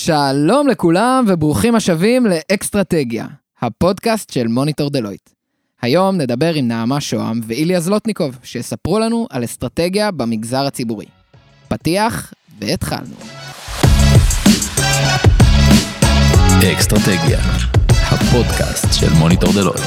שלום לכולם וברוכים השבים לאקסטרטגיה, הפודקאסט של מוניטור דלויט. היום נדבר עם נעמה שוהם ואיליה זלוטניקוב, שיספרו לנו על אסטרטגיה במגזר הציבורי. פתיח והתחלנו. אקסטרטגיה, הפודקאסט של מוניטור דלויט.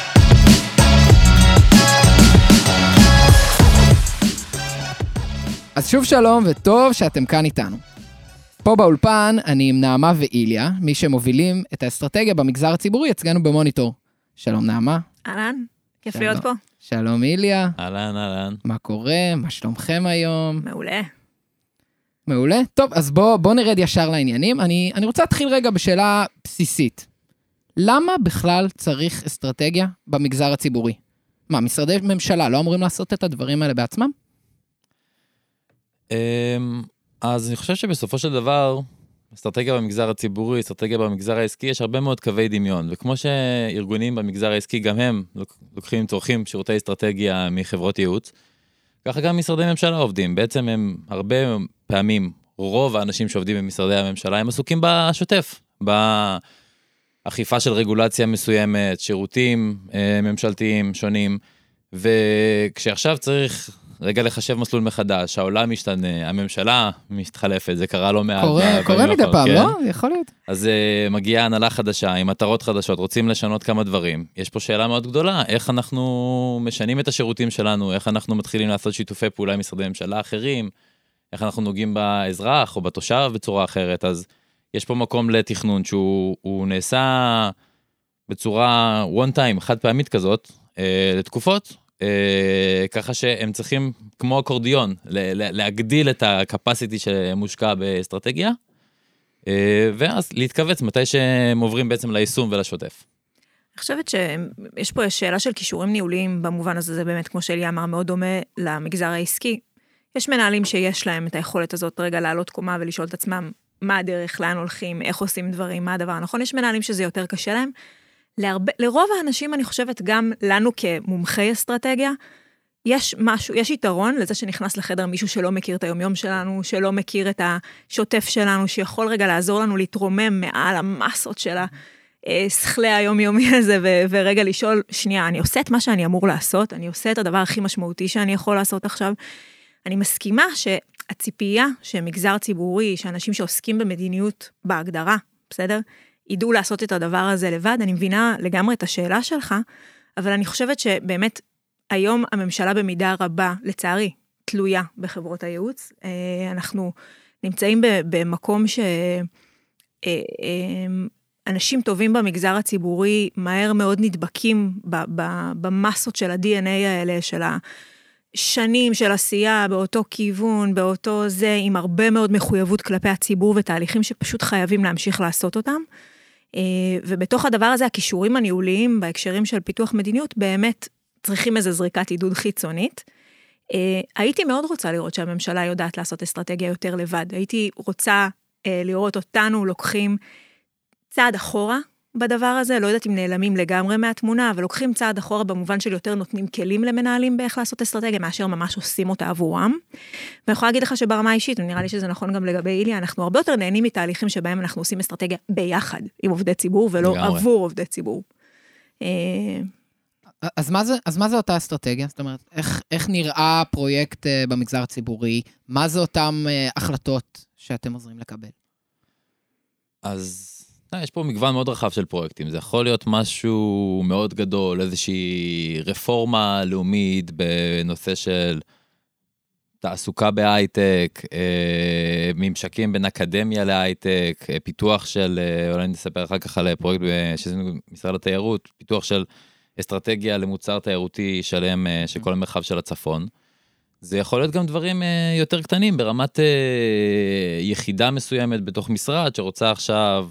אז שוב שלום וטוב שאתם כאן איתנו. פה באולפן אני עם נעמה ואיליה, מי שמובילים את האסטרטגיה במגזר הציבורי אצלנו במוניטור. שלום נעמה. אהלן, כיף להיות פה. שלום איליה. אהלן. מה קורה? מה שלומכם היום? מעולה. מעולה? טוב, אז בוא נרד ישר לעניינים. אני רוצה להתחיל רגע בשאלה בסיסית. למה בכלל צריך אסטרטגיה במגזר הציבורי? מה, משרדי ממשלה לא אמורים לעשות את הדברים האלה בעצמם? אז אני חושב שבסופו של דבר, אסטרטגיה במגזר הציבורי, אסטרטגיה במגזר העסקי, יש הרבה מאוד קווי דמיון, וכמו שארגונים במגזר העסקי, גם הם צורכים שירותי אסטרטגיה מחברות ייעוץ, ככה גם משרדי ממשלה עובדים. בעצם הם הרבה פעמים, רוב האנשים שעובדים במשרדי הממשלה, הם עסוקים בשוטף, באכיפה של רגולציה מסוימת, שירותים ממשלתיים שונים, וכשעכשיו צריך רגע לחשב מסלול מחדש, העולם משתנה, הממשלה מתחלפת, זה קרה לא מעט. קורה מדי פעם, לא? יכול להיות. אז מגיעה הנהלה חדשה, עם מטרות חדשות, רוצים לשנות כמה דברים. יש פה שאלה מאוד גדולה, איך אנחנו משנים את השירותים שלנו, איך אנחנו מתחילים לעשות שיתופי פעולה עם משרדי ממשלה אחרים, איך אנחנו נוגעים באזרח או בתושב בצורה אחרת. אז יש פה מקום לתכנון שהוא נעשה בצורה one time, חד פעמית כזאת, לתקופות, ככה שהם צריכים, כמו אקורדיון, להגדיל את הקפסיטי שמושקע באסטרטגיה, ואז להתכווץ מתי שהם עוברים בעצם ליישום ולשוטף. אני חושבת שיש פה שאלה של כישורים ניהוליים, במובן הזה זה באמת, כמו שאליה אמר, מאוד דומה למגזר העסקי. יש מנהלים שיש להם את היכולת הזאת רגע לעלות קומה ולשאול את עצמם מה הדרך, לאן הולכים, איך עושים דברים, מה הדבר הנכון. יש מנהלים שזה יותר קשה להם. לרוב האנשים, אני חושבת, גם לנו כמומחי אסטרטגיה, יש יתרון לזה שנכנס לחדר מישהו שלא מכיר את היומיום שלנו, שלא מכיר את השוטף שלנו, שיכול רגע לעזור לנו להתרומם מעל המסות של השכלי היומיומי הזה, ורגע לשאול, שנייה, אני עושה את מה שאני אמור לעשות, אני עושה את הדבר הכי משמעותי שאני יכול לעשות עכשיו. אני מסכימה שהציפייה שמגזר ציבורי, שאנשים שעוסקים במדיניות בהגדרה, בסדר? ידעו לעשות את הדבר הזה לבד. אני מבינה לגמרי את השאלה שלך, אבל אני חושבת שבאמת היום הממשלה במידה רבה, לצערי, תלויה בחברות הייעוץ. אנחנו נמצאים במקום שאנשים טובים במגזר הציבורי מהר מאוד נדבקים במסות של ה-DNA האלה, של השנים של עשייה באותו כיוון, באותו זה, עם הרבה מאוד מחויבות כלפי הציבור ותהליכים שפשוט חייבים להמשיך לעשות אותם. ובתוך הדבר הזה, הכישורים הניהוליים בהקשרים של פיתוח מדיניות, באמת צריכים איזו זריקת עידוד חיצונית. הייתי מאוד רוצה לראות שהממשלה יודעת לעשות אסטרטגיה יותר לבד. הייתי רוצה לראות אותנו לוקחים צעד אחורה בדבר הזה, לא יודעת אם נעלמים לגמרי מהתמונה, אבל לוקחים צעד אחורה במובן של יותר נותנים כלים למנהלים באיך לעשות אסטרטגיה, מאשר ממש עושים אותה עבורם. ואני יכולה להגיד לך שברמה האישית, ונראה לי שזה נכון גם לגבי איליה, אנחנו הרבה יותר נהנים מתהליכים שבהם אנחנו עושים אסטרטגיה ביחד עם עובדי ציבור, ולא עבור עובדי ציבור. אז מה זה אותה אסטרטגיה? זאת אומרת, איך נראה פרויקט במגזר הציבורי? מה זה אותם החלטות שאתם עוזרים לקבל? אז יש פה מגוון מאוד רחב של פרויקטים. זה יכול להיות משהו מאוד גדול, איזושהי רפורמה לאומית בנושא של תעסוקה בהייטק, ממשקים בין אקדמיה להייטק, פיתוח של, אולי נספר אחר כך על פרויקט שעשינו במשרד התיירות, פיתוח של אסטרטגיה למוצר תיירותי שלם של כל המרחב של הצפון. זה יכול להיות גם דברים יותר קטנים, ברמת יחידה מסוימת בתוך משרד, שרוצה עכשיו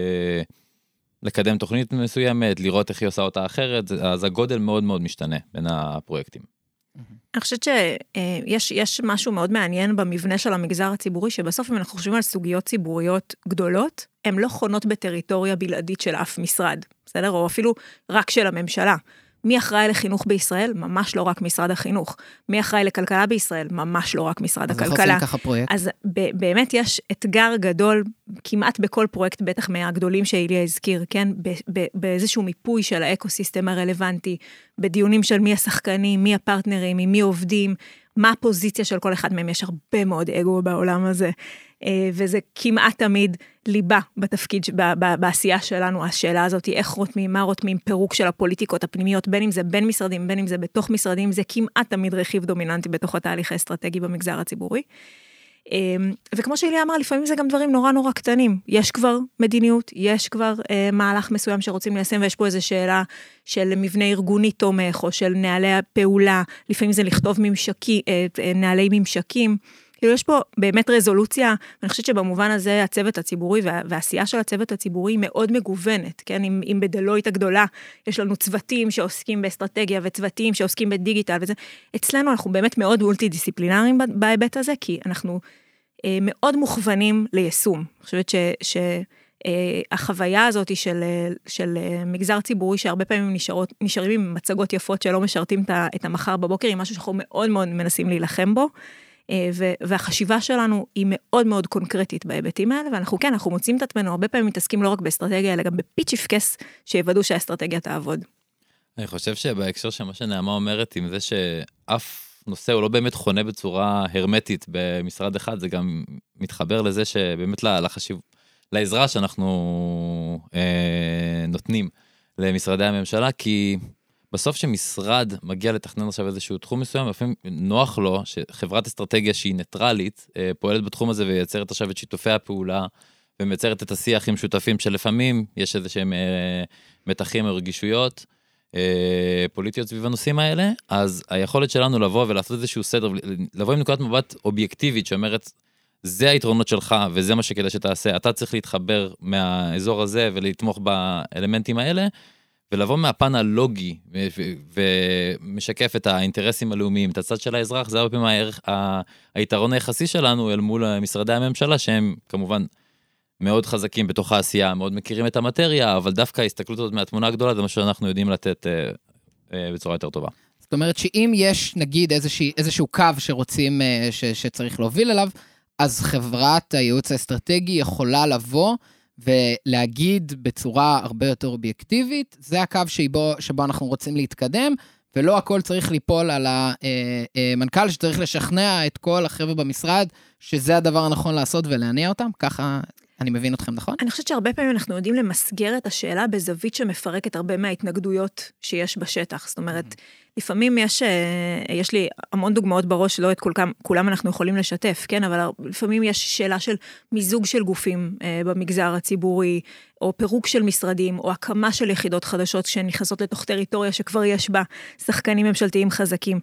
לקדם תוכנית מסוימת, לראות איך היא עושה אותה אחרת, אז הגודל מאוד מאוד משתנה בין הפרויקטים. אני חושבת שיש משהו מאוד מעניין במבנה של המגזר הציבורי, שבסוף אם אנחנו חושבים על סוגיות ציבוריות גדולות, הן לא חונות בטריטוריה בלעדית של אף משרד, בסדר? או אפילו רק של הממשלה. מי אחראי לחינוך בישראל? ממש לא רק משרד החינוך. מי אחראי לכלכלה בישראל? ממש לא רק משרד הכלכלה. אז איך עושים ככה פרויקט? אז באמת יש אתגר גדול, כמעט בכל פרויקט, בטח מהגדולים שאיליה הזכיר, כן? באיזשהו מיפוי של האקוסיסטם הרלוונטי, בדיונים של מי השחקנים, מי הפרטנרים, מי עובדים, מה הפוזיציה של כל אחד מהם, יש הרבה מאוד אגו בעולם הזה, וזה כמעט תמיד ליבה בתפקיד, בעשייה שלנו, השאלה הזאת היא איך רותמים, מה רותמים, פירוק של הפוליטיקות הפנימיות, בין אם זה בין משרדים, בין אם זה בתוך משרדים, זה כמעט תמיד רכיב דומיננטי בתוך התהליך האסטרטגי במגזר הציבורי. וכמו שאיליה אמר, לפעמים זה גם דברים נורא נורא קטנים, יש כבר מדיניות, יש כבר מהלך מסוים שרוצים ליישם, ויש פה איזו שאלה של מבנה ארגוני תומך, או של נהלי הפעולה, לפעמים זה לכתוב נהלי ממשקים, כאילו יש פה באמת רזולוציה, ואני חושבת שבמובן הזה הצוות הציבורי, והעשייה של הצוות הציבורי היא מאוד מגוונת, כן? אם בדלויט הגדולה יש לנו צוותים שעוסקים באסטרטגיה, וצוותים שעוסקים בדיגיטל, וזה, אצלנו אנחנו באמת מאוד מולטי-דיסציפלינריים בהיבט הזה, כי אנחנו מאוד מוכוונים ליישום. אני חושבת שהחוויה הזאת של מגזר ציבורי, שהרבה פעמים נשארים עם מצגות יפות שלא משרתים את המחר בבוקר, היא משהו שאנחנו מאוד מאוד מנסים להילחם בו, והחשיבה שלנו היא מאוד מאוד קונקרטית בהיבטים האלה, ואנחנו כן, אנחנו מוצאים את עצמנו, הרבה פעמים מתעסקים לא רק באסטרטגיה, אלא גם בפיץ' אפקס, שיוודאו שהאסטרטגיה תעבוד. אני חושב שבהקשר שמה שנעמה אומרת, עם זה שאף נושא הוא לא באמת חונה בצורה הרמטית במשרד אחד, זה גם מתחבר לזה שבאמת לעזרה שאנחנו נותנים למשרדי הממשלה, כי בסוף שמשרד מגיע לתכנן עכשיו איזשהו תחום מסוים, לפעמים נוח לו שחברת אסטרטגיה שהיא ניטרלית, פועלת בתחום הזה ויצרת עכשיו את שיתופי הפעולה, ומייצרת את השיח עם שותפים שלפעמים יש איזשהם מתחים או רגישויות פוליטיות סביב הנושאים האלה, אז היכולת שלנו לבוא ולעשות איזשהו סדר, לבוא עם נקודת מבט אובייקטיבית שאומרת, זה היתרונות שלך וזה מה שכדאי שתעשה, אתה צריך להתחבר מהאזור הזה ולתמוך באלמנטים האלה, ולבוא מהפן הלוגי, ומשקף את האינטרסים הלאומיים, את הצד של האזרח, זה הרבה פעמים היתרון היחסי שלנו אל מול משרדי הממשלה, שהם כמובן מאוד חזקים בתוך העשייה, מאוד מכירים את המטריה, אבל דווקא ההסתכלות הזאת מהתמונה הגדולה, זה מה שאנחנו יודעים לתת בצורה יותר טובה. זאת אומרת שאם יש נגיד איזשהו קו שרוצים, שצריך להוביל אליו, אז חברת הייעוץ האסטרטגי יכולה לבוא, ולהגיד בצורה הרבה יותר אובייקטיבית, זה הקו שבו אנחנו רוצים להתקדם, ולא הכל צריך ליפול על המנכ"ל שצריך לשכנע את כל החבר'ה במשרד, שזה הדבר הנכון לעשות ולהניע אותם, ככה אני מבין אתכם, נכון? אני חושבת שהרבה פעמים אנחנו יודעים למסגר את השאלה בזווית שמפרקת הרבה מההתנגדויות שיש בשטח. זאת אומרת, לפעמים יש לי המון דוגמאות בראש, לא את כולם אנחנו יכולים לשתף, כן? אבל לפעמים יש שאלה של מיזוג של גופים במגזר הציבורי, או פירוק של משרדים, או הקמה של יחידות חדשות שנכנסות לתוך טריטוריה שכבר יש בה שחקנים ממשלתיים חזקים.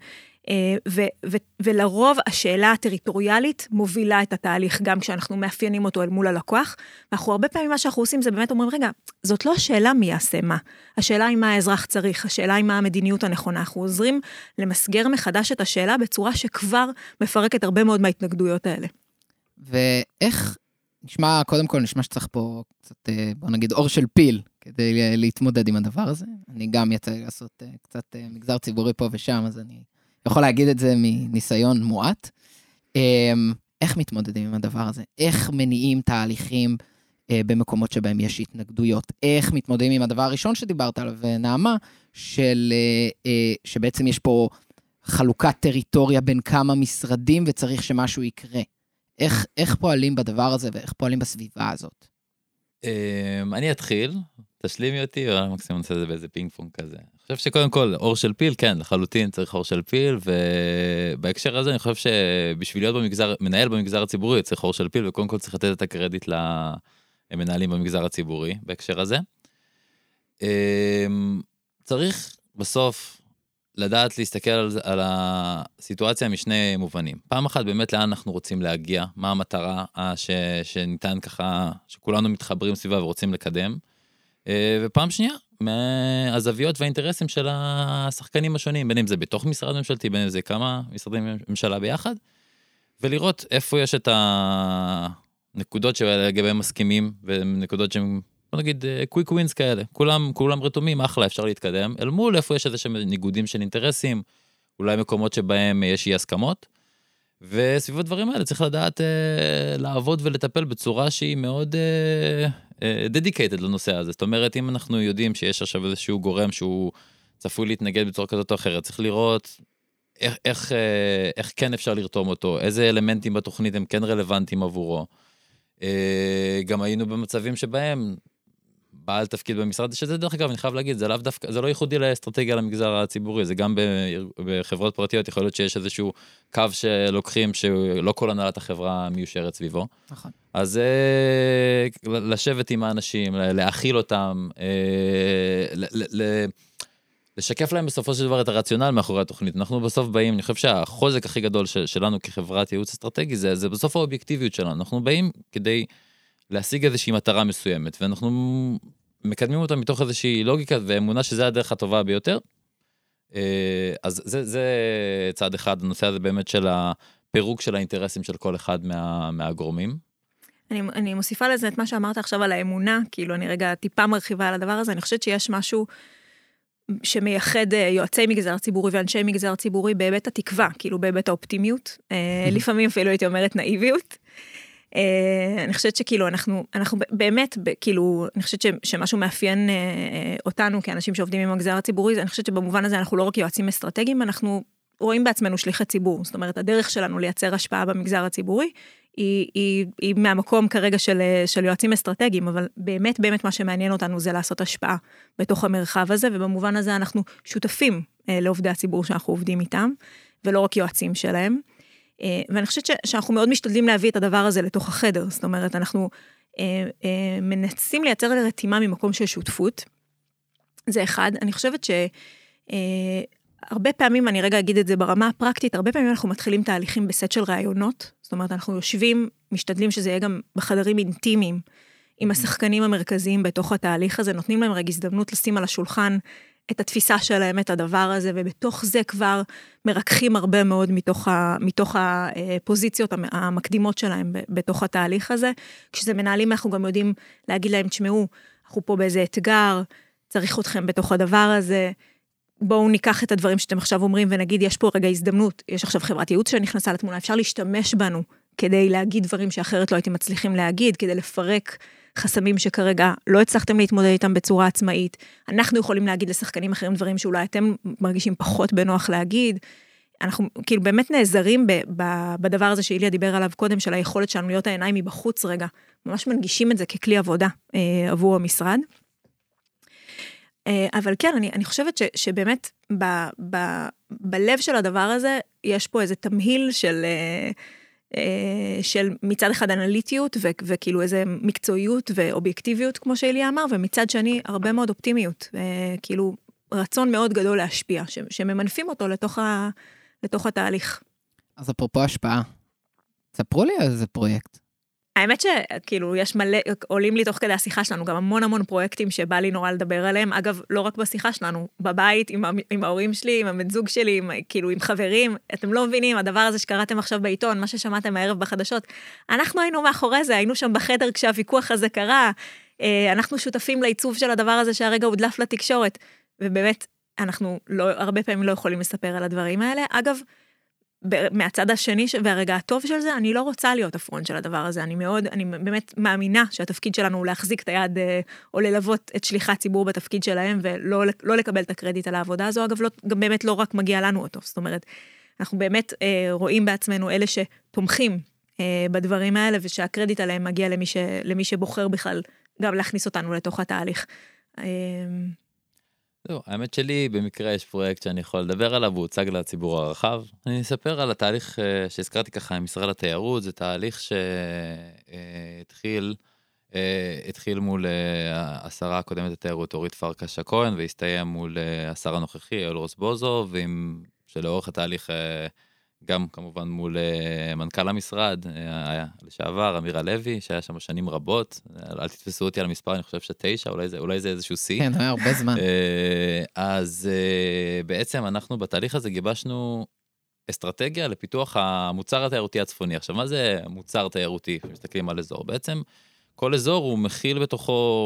ולרוב השאלה הטריטוריאלית מובילה את התהליך, גם כשאנחנו מאפיינים אותו אל מול הלקוח, ואנחנו הרבה פעמים מה שאנחנו עושים זה באמת אומרים, רגע, זאת לא השאלה מי יעשה מה, השאלה היא מה האזרח צריך, השאלה היא מה המדיניות הנכונה, אנחנו עוזרים למסגר מחדש את השאלה בצורה שכבר מפרקת הרבה מאוד מההתנגדויות האלה. ואיך, קודם כל נשמע שצריך פה קצת, בוא נגיד, אור של פיל, כדי להתמודד עם הדבר הזה, אני גם יצא לעשות קצת מגזר ציבורי פה ושם, אז אני יכול להגיד את זה מניסיון מועט. איך מתמודדים עם הדבר הזה? איך מניעים תהליכים במקומות שבהם יש התנגדויות? איך מתמודדים עם הדבר הראשון שדיברת עליו, נעמה, שבעצם יש פה חלוקת טריטוריה בין כמה משרדים וצריך שמשהו יקרה? איך פועלים בדבר הזה ואיך פועלים בסביבה הזאת? אני אתחיל, תשלימי אותי, ומקסימום נעשה את זה באיזה פינג פונג כזה. אני חושב שקודם כל, אור של פיל, כן, לחלוטין צריך אור של פיל, ובהקשר הזה אני חושב שבשביל להיות מנהל במגזר הציבורי, צריך אור של פיל, וקודם כל צריך לתת את הקרדיט למנהלים במגזר הציבורי, בהקשר הזה. צריך בסוף לדעת להסתכל על הסיטואציה משני מובנים. פעם אחת באמת לאן אנחנו רוצים להגיע, מה המטרה שניתן ככה, שכולנו מתחברים סביבה ורוצים לקדם, ופעם שנייה, מהזוויות והאינטרסים של השחקנים השונים, בין אם זה בתוך משרד ממשלתי, בין אם זה כמה משרדי ממשלה ביחד, ולראות איפה יש את הנקודות שלגביהם מסכימים, ונקודות שהן בוא נגיד, קוויק ווינס כאלה, כולם רתומים, אחלה, אפשר להתקדם, אל מול איפה יש איזה שהם ניגודים של אינטרסים, אולי מקומות שבהם יש אי הסכמות, וסביב הדברים האלה צריך לדעת לעבוד ולטפל בצורה שהיא מאוד dedicated לנושא הזה. זאת אומרת, אם אנחנו יודעים שיש עכשיו איזשהו גורם שהוא צפוי להתנגד בצורה כזאת או אחרת, צריך לראות איך כן אפשר לרתום אותו, איזה אלמנטים בתוכנית הם כן רלוונטיים עבורו. גם היינו במצבים שבהם בעל תפקיד במשרד, שזה דרך אגב, אני חייב להגיד, זה לא ייחודי לאסטרטגיה למגזר הציבורי, זה גם בחברות פרטיות, יכול להיות שיש איזשהו קו שלוקחים, שלא כל הנהלת החברה מיושרת סביבו. נכון. אז לשבת עם האנשים, להאכיל אותם, לשקף להם בסופו של דבר את הרציונל מאחורי התוכנית. אנחנו בסוף באים, אני חושב שהחוזק הכי גדול שלנו כחברת ייעוץ אסטרטגי, זה בסוף האובייקטיביות שלנו. אנחנו באים כדי להשיג איזושהי מטרה מסוימת, ואנחנו מקדמים אותה מתוך איזושהי לוגיקה ואמונה שזה הדרך הטובה ביותר. אז זה צעד אחד, הנושא הזה באמת של הפירוק של האינטרסים של כל אחד מהגורמים. אני מוסיפה לזה את מה שאמרת עכשיו על האמונה, כאילו אני רגע טיפה מרחיבה על הדבר הזה, אני חושבת שיש משהו שמייחד יועצי מגזר ציבורי ואנשי מגזר ציבורי בהיבט התקווה, כאילו בהיבט האופטימיות, לפעמים אפילו הייתי אומרת נאיביות. אני חושבת שכאילו אנחנו באמת, כאילו, אני חושבת שמשהו מאפיין אותנו כאנשים שעובדים עם המגזר הציבורי, אני חושבת שבמובן הזה אנחנו לא רק יועצים אסטרטגיים, אנחנו רואים בעצמנו שליחי ציבור, זאת אומרת, הדרך שלנו לייצר השפעה במגזר הציבורי, היא מהמקום כרגע של יועצים אסטרטגיים, אבל באמת, באמת מה שמעניין אותנו זה לעשות השפעה בתוך המרחב הזה, ובמובן הזה אנחנו שותפים לעובדי הציבור שאנחנו עובדים איתם, ולא רק יועצים שלהם. ואני חושבת שאנחנו מאוד משתדלים להביא את הדבר הזה לתוך החדר, זאת אומרת, אנחנו מנסים לייצר רתימה ממקום של שותפות, זה אחד. אני חושבת שהרבה פעמים, אני רגע אגיד את זה ברמה הפרקטית, הרבה פעמים אנחנו מתחילים תהליכים בסט של רעיונות, זאת אומרת, אנחנו יושבים, משתדלים שזה יהיה גם בחדרים אינטימיים, עם השחקנים המרכזיים בתוך התהליך הזה, נותנים להם רגע הזדמנות לשים על השולחן את התפיסה שלהם, את הדבר הזה, ובתוך זה כבר מרככים הרבה מאוד מתוך הפוזיציות המקדימות שלהם בתוך התהליך הזה. כשזה מנהלים, אנחנו גם יודעים להגיד להם, תשמעו, אנחנו פה באיזה אתגר, צריך אתכם בתוך הדבר הזה, בואו ניקח את הדברים שאתם עכשיו אומרים, ונגיד, יש פה רגע הזדמנות, יש עכשיו חברת ייעוץ שנכנסה לתמונה, אפשר להשתמש בנו, כדי להגיד דברים שאחרת לא הייתם מצליחים להגיד, כדי לפרק חסמים שכרגע לא הצלחתם להתמודד איתם בצורה עצמאית. אנחנו יכולים להגיד לשחקנים אחרים דברים שאולי אתם מרגישים פחות בנוח להגיד. אנחנו כאילו באמת נעזרים בדבר הזה שאיליה דיבר עליו קודם, של היכולת שלנו להיות העיניים מבחוץ רגע. ממש מנגישים את זה ככלי עבודה עבור המשרד. אבל כן, אני חושבת שבאמת בלב של הדבר הזה, יש פה איזה תמהיל של מצד אחד אנליטיות, וכאילו איזה מקצועיות ואובייקטיביות, כמו שאיליה אמר, ומצד שני הרבה מאוד אופטימיות, כאילו רצון מאוד גדול להשפיע, שממנפים אותו לתוך התהליך. אז אפרופו השפעה, ספרו לי על איזה פרויקט. האמת שכאילו יש מלא, עולים לי תוך כדי השיחה שלנו, גם המון פרויקטים שבא לי נורא לדבר עליהם, אגב, לא רק בשיחה שלנו, בבית, עם ההורים שלי, עם הבן זוג שלי, כאילו עם חברים, אתם לא מבינים, הדבר הזה שקראתם עכשיו בעיתון, מה ששמעתם הערב בחדשות, אנחנו היינו מאחורי זה, היינו שם בחדר כשהוויכוח הזה קרה, אנחנו שותפים לעיצוב של הדבר הזה שהרגע הודלף לתקשורת, ובאמת, אנחנו הרבה פעמים לא יכולים לספר על הדברים האלה, אגב, מהצד השני והרגע הטוב של זה, אני לא רוצה להיות הפרונט של הדבר הזה, אני באמת מאמינה שהתפקיד שלנו הוא להחזיק את היד, או ללוות את שליחי הציבור בתפקיד שלהם, ולא לקבל את הקרדיט על העבודה הזו, אגב, גם באמת לא רק מגיע לנו אותו, זאת אומרת, אנחנו באמת רואים בעצמנו אלה שתומכים בדברים האלה, ושהקרדיט עליהם מגיע למי שבוחר בכלל, גם להכניס אותנו לתוך התהליך. זהו, האמת שלי, במקרה יש פרויקט שאני יכול לדבר עליו, הוא הוצג לציבור הרחב. אני אספר על התהליך שהזכרתי ככה עם משרד התיירות, זה תהליך שהתחיל מול השרה הקודמת התיירות, אורית פרקש הכהן, והסתיים מול השר הנוכחי, יואל רזבוזוב, שלאורך התהליך גם כמובן מול מנכ"ל המשרד, לשעבר, אמיר הלוי, שהיה שם שנים רבות, אל תתפסו אותי על המספר, אני חושב ש9, אולי זה איזשהו C. כן, היה הרבה זמן. אז בעצם אנחנו בתהליך הזה גיבשנו אסטרטגיה לפיתוח המוצר התיירותי הצפוני. עכשיו, מה זה מוצר תיירותי? מסתכלים על אזור. בעצם כל אזור הוא מכיל בתוכו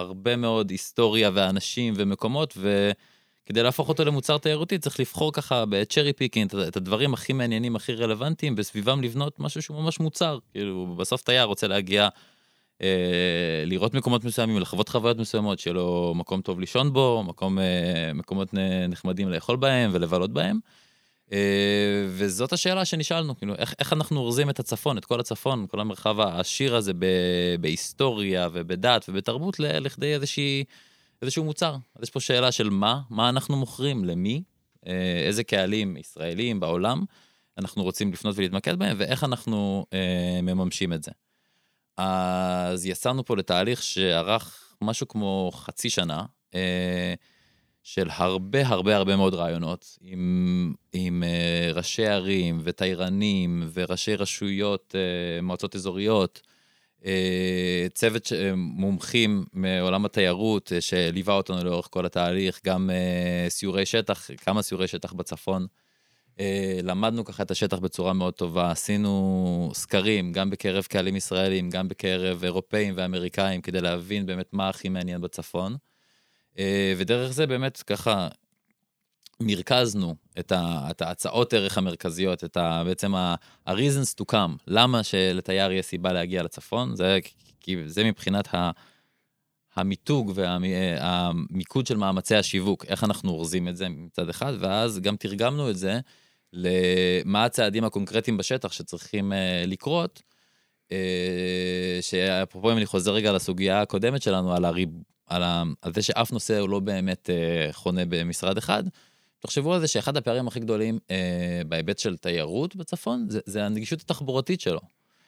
הרבה מאוד היסטוריה ואנשים ומקומות, וכדי להפוך אותו למוצר תיירותי, צריך לבחור ככה בצ'רי פיקינג, את הדברים הכי מעניינים, הכי רלוונטיים, בסביבם לבנות משהו שהוא ממש מוצר. כאילו, בסוף תייר רוצה להגיע, לראות מקומות מסוימים, לחוות חוויות מסוימות, שיהיה לו מקום טוב לישון בו, מקומות נחמדים לאכול בהם ולבלות בהם. וזאת השאלה שנשאלנו, כאילו, איך אנחנו אורזים את הצפון, את כל הצפון, כל המרחב העשיר הזה בהיסטוריה ובדת ובתרבות לכדי איזשהו מוצר. אז יש פה שאלה של מה אנחנו מוכרים, למי, איזה קהלים ישראלים בעולם אנחנו רוצים לפנות ולהתמקד בהם, ואיך אנחנו מממשים את זה. אז יצאנו פה לתהליך שערך משהו כמו חצי שנה, של הרבה מאוד רעיונות, עם ראשי ערים ותיירנים וראשי רשויות, מועצות אזוריות, צוות מומחים מעולם התיירות שליווה אותנו לאורך כל התהליך, גם סיורי שטח, כמה סיורי שטח בצפון. למדנו ככה את השטח בצורה מאוד טובה, עשינו סקרים גם בקרב קהלים ישראלים, גם בקרב אירופאים ואמריקאים, כדי להבין באמת מה הכי מעניין בצפון. ודרך זה באמת ככה מרכזנו את ההצעות ערך המרכזיות, בעצם ה-reasons to come, למה שלתייר יהיה סיבה להגיע לצפון, זה מבחינת המיתוג והמיקוד של מאמצי השיווק, איך אנחנו אורזים את זה מצד אחד, ואז גם תרגמנו את זה למה הצעדים הקונקרטיים בשטח שצריכים לקרות, שאפרופו אם אני חוזר רגע לסוגיה הקודמת שלנו, על זה שאף נושא הוא לא באמת חונה במשרד אחד, תחשבו על זה שאחד הפערים הכי גדולים בהיבט של תיירות בצפון, זה הנגישות התחבורתית שלו.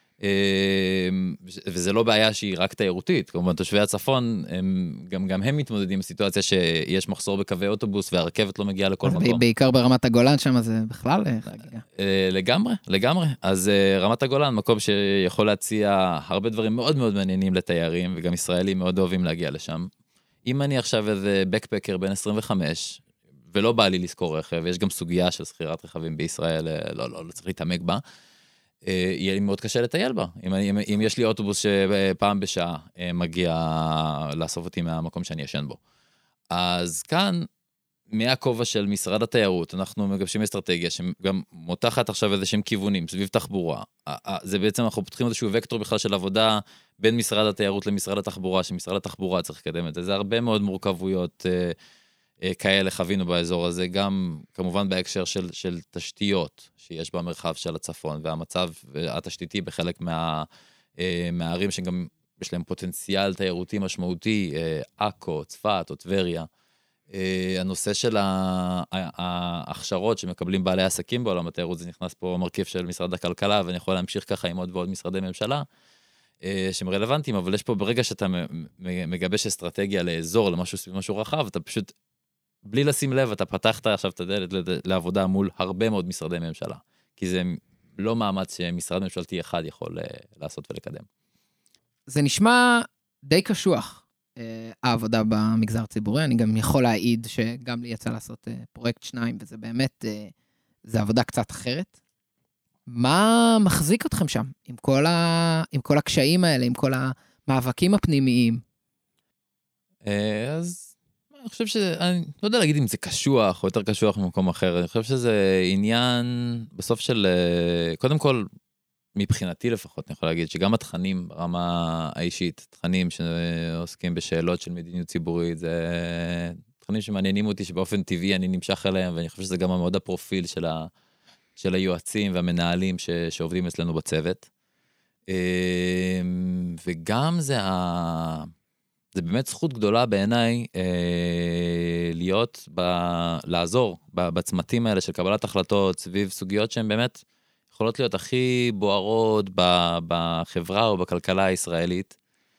וזה לא בעיה שהיא רק תיירותית, כמובן תושבי הצפון, גם הם מתמודדים בסיטואציה שיש מחסור בקווי אוטובוס, והרכבת לא מגיעה לכל מקום. בעיקר ברמת הגולן שם זה בכלל חגיגה. לגמרי. אז רמת הגולן, מקום שיכול להציע הרבה דברים מאוד מאוד מעניינים לתיירים, וגם ישראלים מאוד אוהבים להגיע לשם. אם אני עכשיו איזה בקפקר בין 25, ולא בא לי לזכור רכב, יש גם סוגיה של שכירת רכבים בישראל, לא צריך להתעמק בה, יהיה לי מאוד קשה לטייל בה. אם יש לי אוטובוס שפעם בשעה מגיע לאסוף אותי מהמקום שאני ישן בו. אז כאן, מהכובע של משרד התיירות, אנחנו מגבשים אסטרטגיה שגם מותחת עכשיו איזשהם כיוונים סביב תחבורה. זה בעצם, אנחנו פותחים איזשהו וקטור בכלל של עבודה בין משרד התיירות למשרד התחבורה, שמשרד התחבורה צריך לקדם את זה. זה הרבה מאוד מורכבויות כאלה חווינו באזור הזה, גם כמובן בהקשר של תשתיות שיש במרחב של הצפון, והמצב התשתיתי בחלק מהערים שגם יש להם פוטנציאל תיירותי משמעותי, עכו, צפת או טבריה. הנושא של ההכשרות שמקבלים בעלי עסקים בעולם התיירות, זה נכנס פה מרכיב של משרד הכלכלה, ואני יכול להמשיך ככה עם עוד ועוד משרדי ממשלה, שהם רלוונטיים, אבל יש פה ברגע שאתה מגבש אסטרטגיה לאזור, למשהו רחב, אתה פשוט בלי לשים לב, אתה פתחת עכשיו את הדלת לעבודה מול הרבה מאוד משרדי ממשלה, כי זה לא מאמץ שמשרד ממשלתי אחד יכול לעשות ולקדם. זה נשמע די קשוח, העבודה במגזר הציבורי, אני גם יכול להעיד שגם לי יצא לעשות פרויקט 2, וזה באמת, זה עבודה קצת אחרת. מה מחזיק אתכם שם, עם כל הקשיים האלה, עם כל המאבקים הפנימיים? אז אני חושב אני לא יודע להגיד אם זה קשוח או יותר קשוח ממקום אחר, אני חושב שזה עניין בסוף של, קודם כל, מבחינתי לפחות, אני יכול להגיד שגם התכנים ברמה האישית, תכנים שעוסקים בשאלות של מדיניות ציבורית, זה תכנים שמעניינים אותי שבאופן טבעי אני נמשך אליהם, ואני חושב שזה גם מאוד הפרופיל של היועצים והמנהלים שעובדים אצלנו בצוות. וגם זה באמת זכות גדולה בעיניי לעזור בצמתים האלה של קבלת החלטות סביב סוגיות שהן באמת יכולות להיות הכי בוערות בחברה או בכלכלה הישראלית.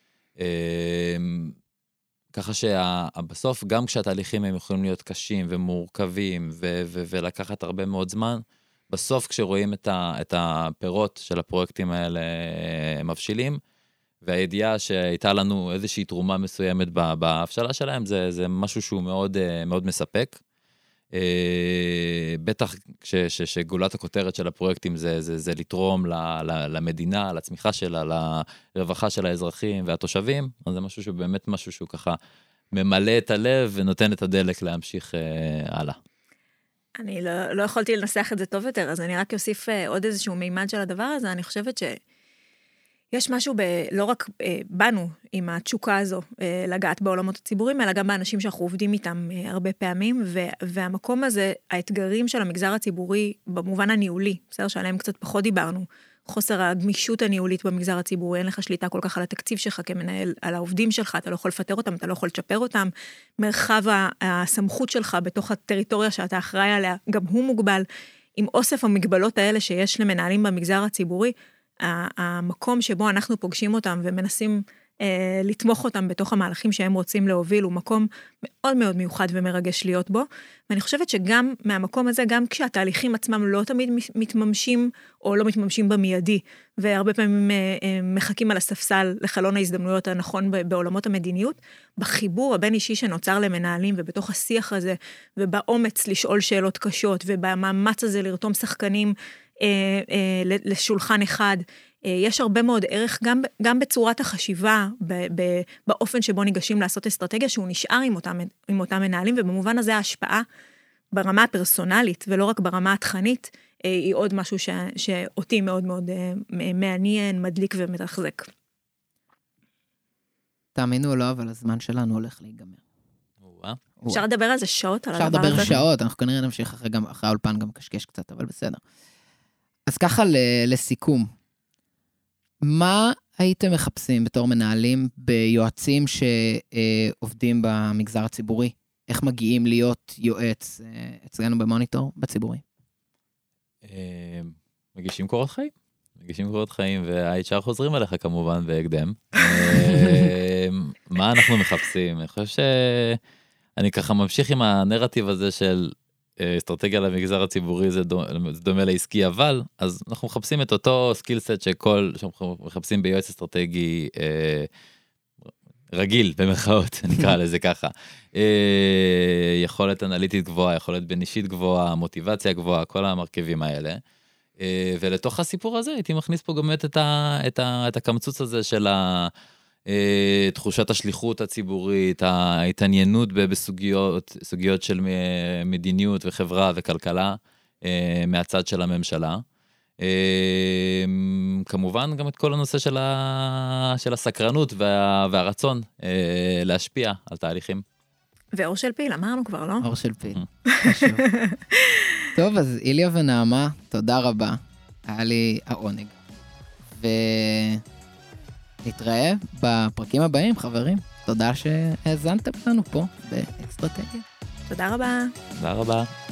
ככה שבסוף גם כשהתהליכים הם יכולים להיות קשים ומורכבים ולקחת הרבה מאוד זמן, בסוף כשרואים את הפירות של הפרויקטים האלה מבשילים, והידיעה שהייתה לנו איזושהי תרומה מסוימת בהפשלה שלהם, זה משהו שהוא מאוד, מאוד מספק. בטח שגולת הכותרת של הפרויקטים זה לתרום למדינה, לצמיחה שלה, לרווחה של האזרחים והתושבים, אז זה משהו שבאמת משהו שהוא ככה ממלא את הלב ונותן את הדלק להמשיך הלאה. אני לא יכולתי לנסח את זה טוב יותר, אז אני רק אוסיף עוד איזשהו מימד של הדבר הזה, אני חושבת יש משהו לא רק בנו עם התשוקה הזו לגעת בעולמות הציבוריים, אלא גם באנשים שאנחנו עובדים איתם הרבה פעמים, והמקום הזה, האתגרים של המגזר הציבורי במובן הניהולי, בסדר שעליהם קצת פחות דיברנו, חוסר הגמישות הניהולית במגזר הציבורי, אין לך שליטה כל כך על התקציב שלך כמנהל, על העובדים שלך, אתה לא יכול לפטר אותם, אתה לא יכול לצ'פר אותם, מרחב הסמכות שלך בתוך הטריטוריה שאתה אחראי עליה, גם הוא מוגבל, עם אוסף המגבלות האלה שיש למנהלים במגזר הציבורי, המקום שבו אנחנו פוגשים אותם ומנסים לתמוך אותם בתוך המהלכים שהם רוצים להוביל, הוא מקום מאוד מאוד מיוחד ומרגש להיות בו, ואני חושבת שגם מהמקום הזה, גם כשהתהליכים עצמם לא תמיד מתממשים, או לא מתממשים במיידי, והרבה פעמים מחכים על הספסל לחלון ההזדמנויות הנכון בעולמות המדיניות, בחיבור הבין אישי שנוצר למנהלים, ובתוך השיח הזה, ובאומץ לשאול שאלות קשות, ובמאמץ הזה לרתום שחקנים לשולחן אחד, יש הרבה מאוד ערך, גם בצורת החשיבה, באופן שבו ניגשים לעשות אסטרטגיה, שהוא נשאר עם אותם מנהלים, ובמובן הזה ההשפעה ברמה הפרסונלית, ולא רק ברמה התכנית, היא עוד משהו שאותי מאוד מאוד מעניין, מדליק ומתחזק. תאמינו או לא, אבל הזמן שלנו הולך להיגמר. אפשר לדבר על זה שעות? אפשר לדבר שעות, אנחנו כנראה נמשיך אחרי האולפן גם קשקש קצת, אבל בסדר. אז ככה לסיכום, מה הייתם מחפשים בתור מנהלים ביועצים שעובדים במגזר הציבורי? איך מגיעים להיות יועץ אצלנו במוניטור בציבורי? מגישים קורות חיים. מגישים קורות חיים, וה-HR חוזרים אליך כמובן בהקדם. מה אנחנו מחפשים? אני חושב שאני ככה ממשיך עם הנרטיב הזה של אסטרטגיה למגזר הציבורי, זה דומה לעסקי, אבל אז אנחנו מחפשים את אותו סקילסט שאנחנו מחפשים ביועץ אסטרטגי רגיל, במרכאות, נקרא לזה ככה. יכולת אנליטית גבוהה, יכולת בין אישית גבוהה, מוטיבציה גבוהה, כל המרכיבים האלה. ולתוך הסיפור הזה הייתי מכניס פה גם את הקמצוץ הזה של תחושת השליחות הציבורית, ההתעניינות בסוגיות של מדיניות וחברה וכלכלה מהצד של הממשלה. כמובן גם את כל הנושא של הסקרנות והרצון להשפיע על תהליכים. ואור של פיל, אמרנו כבר, לא? אור של פיל. טוב, אז איליה ונעמה, תודה רבה. היה לי העונג. ונתראה בפרקים הבאים, חברים. תודה שהאזנתם לנו פה באקסטרטגיה. תודה רבה. תודה רבה.